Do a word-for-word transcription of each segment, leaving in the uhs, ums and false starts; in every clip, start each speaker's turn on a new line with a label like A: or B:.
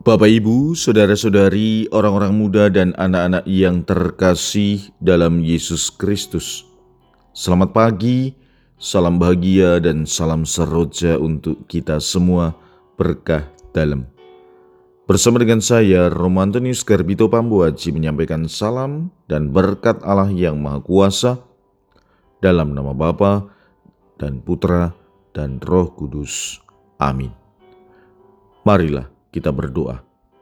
A: Bapak, Ibu, saudara-saudari, orang-orang muda dan anak-anak yang terkasih dalam Yesus Kristus. Selamat pagi, salam bahagia dan salam seroja untuk kita semua, berkah dalam. Bersama dengan saya, Romantonius Garbito Pambuaji, menyampaikan salam dan berkat Allah yang Maha Kuasa dalam nama Bapa dan Putra dan Roh Kudus. Amin. Marilah kita berdoa.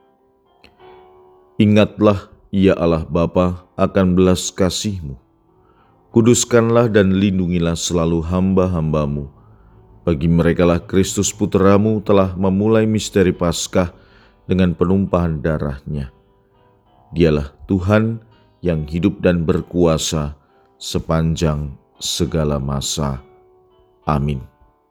A: Ingatlah, ya Allah Bapa, akan belas kasih-Mu. Kuduskanlah dan lindungilah selalu hamba-hamba-Mu. Bagi merekalah Kristus Putra-Mu telah memulai misteri Paskah dengan penumpahan darah-Nya. Dialah Tuhan yang hidup dan berkuasa sepanjang segala masa. Amin.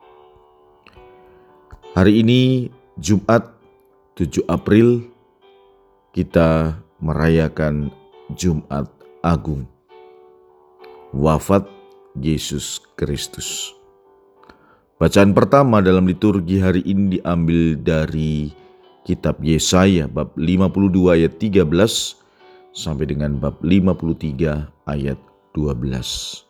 A: Hari ini Jumat tujuh April, kita merayakan Jumat Agung, wafat Yesus Kristus. Bacaan pertama dalam liturgi hari ini diambil dari kitab Yesaya bab lima puluh dua ayat tiga belas sampai dengan bab lima puluh tiga ayat dua belas.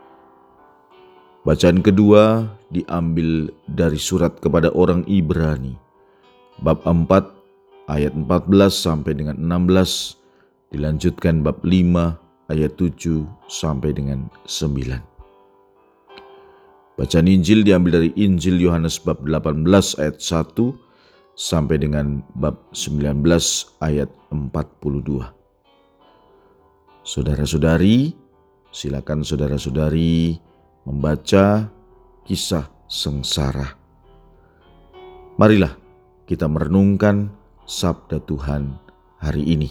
A: Bacaan kedua diambil dari surat kepada orang Ibrani bab empat ayat empat belas sampai dengan enam belas, dilanjutkan bab lima ayat tujuh sampai dengan sembilan. Bacaan Injil diambil dari Injil Yohanes bab delapan belas ayat satu sampai dengan bab sembilan belas ayat empat puluh dua. Saudara-saudari, silakan saudara-saudari membaca kisah sengsara. Marilah kita merenungkan sabda Tuhan hari ini.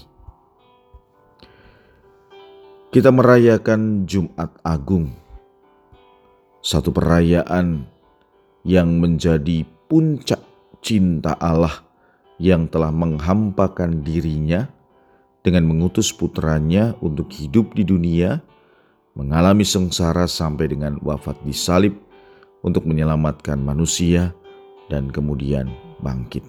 A: Kita merayakan Jumat Agung, satu perayaan yang menjadi puncak cinta Allah yang telah menghampakan dirinya dengan mengutus putranya untuk hidup di dunia, mengalami sengsara sampai dengan wafat di salib untuk menyelamatkan manusia dan kemudian bangkit.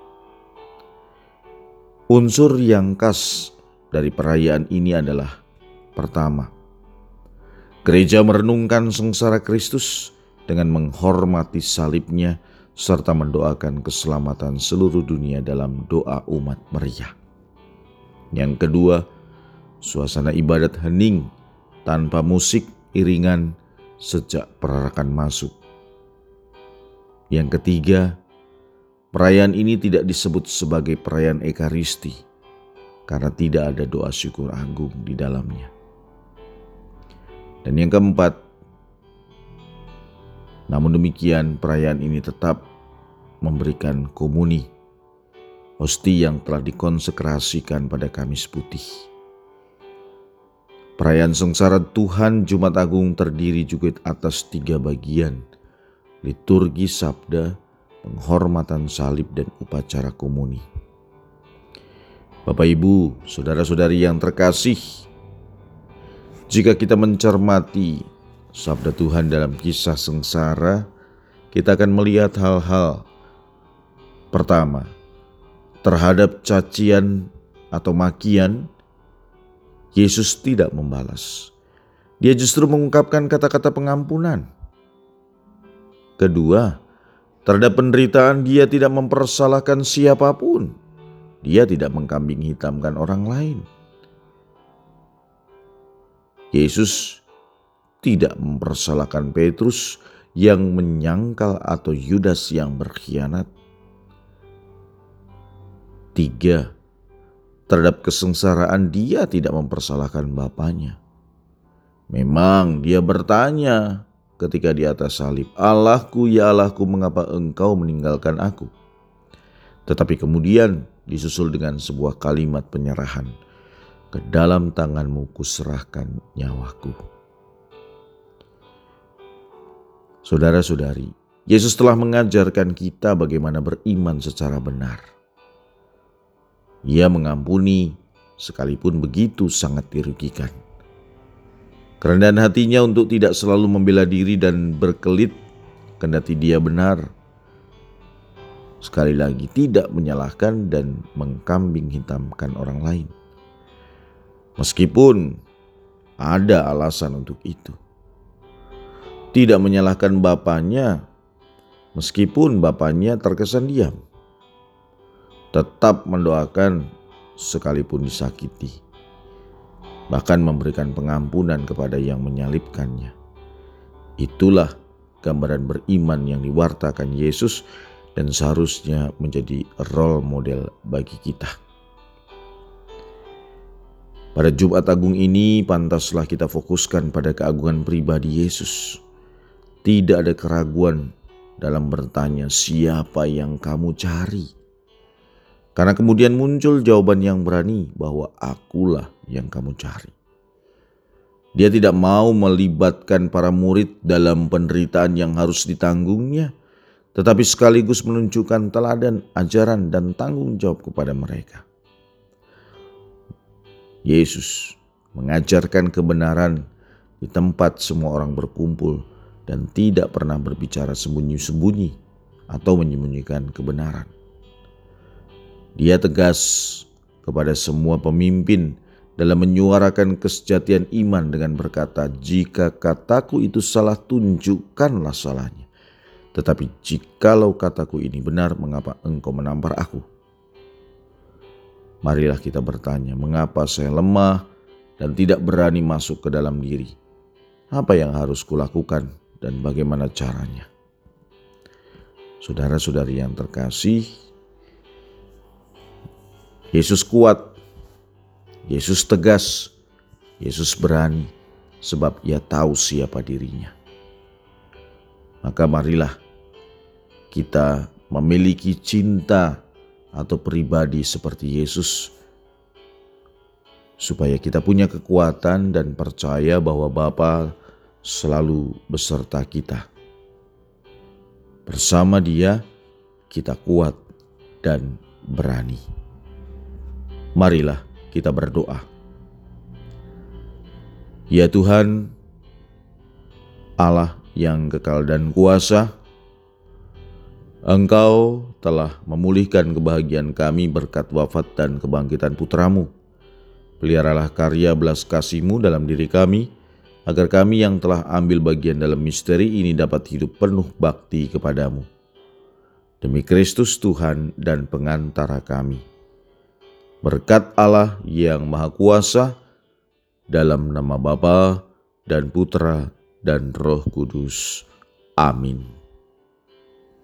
A: Unsur yang khas dari perayaan ini adalah pertama, gereja merenungkan sengsara Kristus dengan menghormati salibnya serta mendoakan keselamatan seluruh dunia dalam doa umat meriah. Yang kedua, suasana ibadat hening tanpa musik iringan sejak perarakan masuk. Yang ketiga, perayaan ini tidak disebut sebagai perayaan Ekaristi karena tidak ada doa syukur agung di dalamnya. Dan yang keempat, namun demikian perayaan ini tetap memberikan komuni, hosti yang telah dikonsekrasikan pada Kamis Putih. Perayaan sengsara Tuhan Jumat Agung terdiri juga atas tiga bagian: liturgi sabda, penghormatan salib, dan upacara komuni. Bapak, Ibu, saudara-saudari yang terkasih, jika kita mencermati sabda Tuhan dalam kisah sengsara, kita akan melihat hal-hal. Pertama, terhadap cacian atau makian, Yesus tidak membalas. Dia justru mengungkapkan kata-kata pengampunan. Kedua, terhadap penderitaan dia tidak mempersalahkan siapapun. Dia tidak mengkambing hitamkan orang lain. Yesus tidak mempersalahkan Petrus yang menyangkal atau Yudas yang berkhianat. Tiga, terhadap kesengsaraan dia tidak mempersalahkan Bapanya. Memang dia bertanya ketika di atas salib, "Allahku, ya Allahku, mengapa engkau meninggalkan aku?" Tetapi kemudian disusul dengan sebuah kalimat penyerahan, "Ke dalam tangan-Mu kuserahkan nyawaku." Saudara-saudari, Yesus telah mengajarkan kita bagaimana beriman secara benar. Ia mengampuni sekalipun begitu sangat dirugikan. Kerendahan hatinya untuk tidak selalu membela diri dan berkelit kendati dia benar, Sekali lagi, tidak menyalahkan dan mengkambing hitamkan orang lain. Meskipun ada alasan untuk itu. Tidak menyalahkan bapaknya, meskipun bapaknya terkesan diam. Tetap mendoakan sekalipun disakiti. Bahkan memberikan pengampunan kepada yang menyalibkannya. Itulah gambaran beriman yang diwartakan Yesus dan seharusnya menjadi role model bagi kita. Pada Jumat Agung ini pantaslah kita fokuskan pada keagungan pribadi Yesus. Tidak ada keraguan dalam bertanya siapa yang kamu cari. Karena kemudian muncul jawaban yang berani bahwa akulah yang kamu cari. Dia tidak mau melibatkan para murid dalam penderitaan yang harus ditanggungnya, tetapi sekaligus menunjukkan teladan, ajaran, dan tanggung jawab kepada mereka. Yesus mengajarkan kebenaran di tempat semua orang berkumpul dan tidak pernah berbicara sembunyi-sembunyi atau menyembunyikan kebenaran. Dia tegas kepada semua pemimpin dalam menyuarakan kesejatian iman dengan berkata, jika kataku itu salah, tunjukkanlah salahnya. Tetapi jikalau kataku ini benar, mengapa engkau menampar aku? Marilah kita bertanya, mengapa saya lemah dan tidak berani masuk ke dalam diri? Apa yang harus kulakukan dan bagaimana caranya? Saudara-saudari yang terkasih, Yesus kuat, Yesus tegas, Yesus berani sebab Ia tahu siapa dirinya. Maka marilah kita memiliki cinta atau pribadi seperti Yesus, supaya kita punya kekuatan dan percaya bahwa Bapa selalu beserta kita. Bersama Dia kita kuat dan berani. Marilah kita berdoa. Ya Tuhan, Allah yang kekal dan kuasa, Engkau telah memulihkan kebahagiaan kami berkat wafat dan kebangkitan putra-Mu. Peliharalah karya belas kasih-Mu dalam diri kami, agar kami yang telah ambil bagian dalam misteri ini dapat hidup penuh bakti kepadamu. Demi Kristus Tuhan dan pengantara kami. Berkat Allah yang Maha Kuasa, dalam nama Bapa dan Putra dan Roh Kudus. Amin.